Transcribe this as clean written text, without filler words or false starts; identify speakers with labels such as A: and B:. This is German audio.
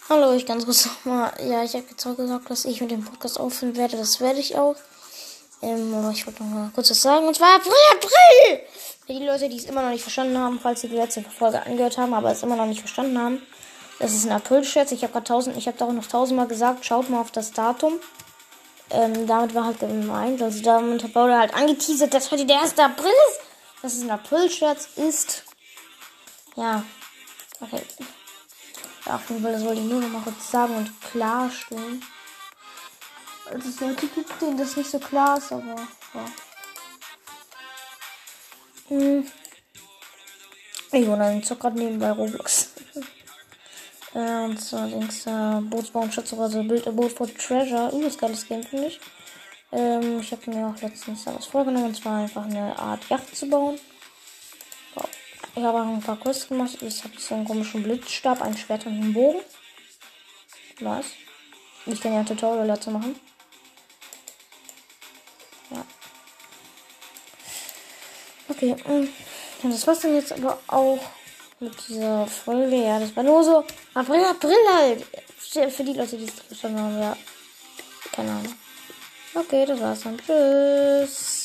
A: Hallo, ich ganz kurz nochmal. Ja, ich habe jetzt auch gesagt, dass ich mit dem Podcast aufhören werde. Das werde ich auch. Aber ich wollte noch mal kurz was sagen. Und zwar April! Für die Leute, die es immer noch nicht verstanden haben, falls sie die letzte Folge angehört haben, aber es immer noch nicht verstanden haben. Das ist ein April-Scherz. Ich habe da auch noch 1000-mal gesagt, schaut mal auf das Datum. Damit war halt gemeint. Also damit wurde halt angeteasert, dass heute der 1. April ist. Dass es ein April-Scherz ist. Ja. Okay. Ja, auf jeden Fall, das wollte ich nur noch mal kurz sagen und klarstellen. Also es Leute gibt, denen das nicht so klar ist, aber ja. Ich wohne einen Zocker nebenbei Roblox. Und zwar links Bootsbau und Schatzsuche, Build a Boat for Treasure. Übelst geiles Game, finde ich. Ich habe mir auch letztens da was vorgenommen, und zwar einfach eine Art Yacht zu bauen. Wow. Ich habe auch ein paar Quests gemacht. Ich habe so einen komischen Blitzstab, ein Schwert und einen Bogen. Was? Ich kann ja ein Tutorial dazu machen. Ja. Okay, ja, das war's dann jetzt aber auch mit dieser Folge. Ja, das war nur so April halt. Für die Leute, die es nicht verstanden haben, ja. Keine Ahnung. Okay, das war's dann. Tschüss.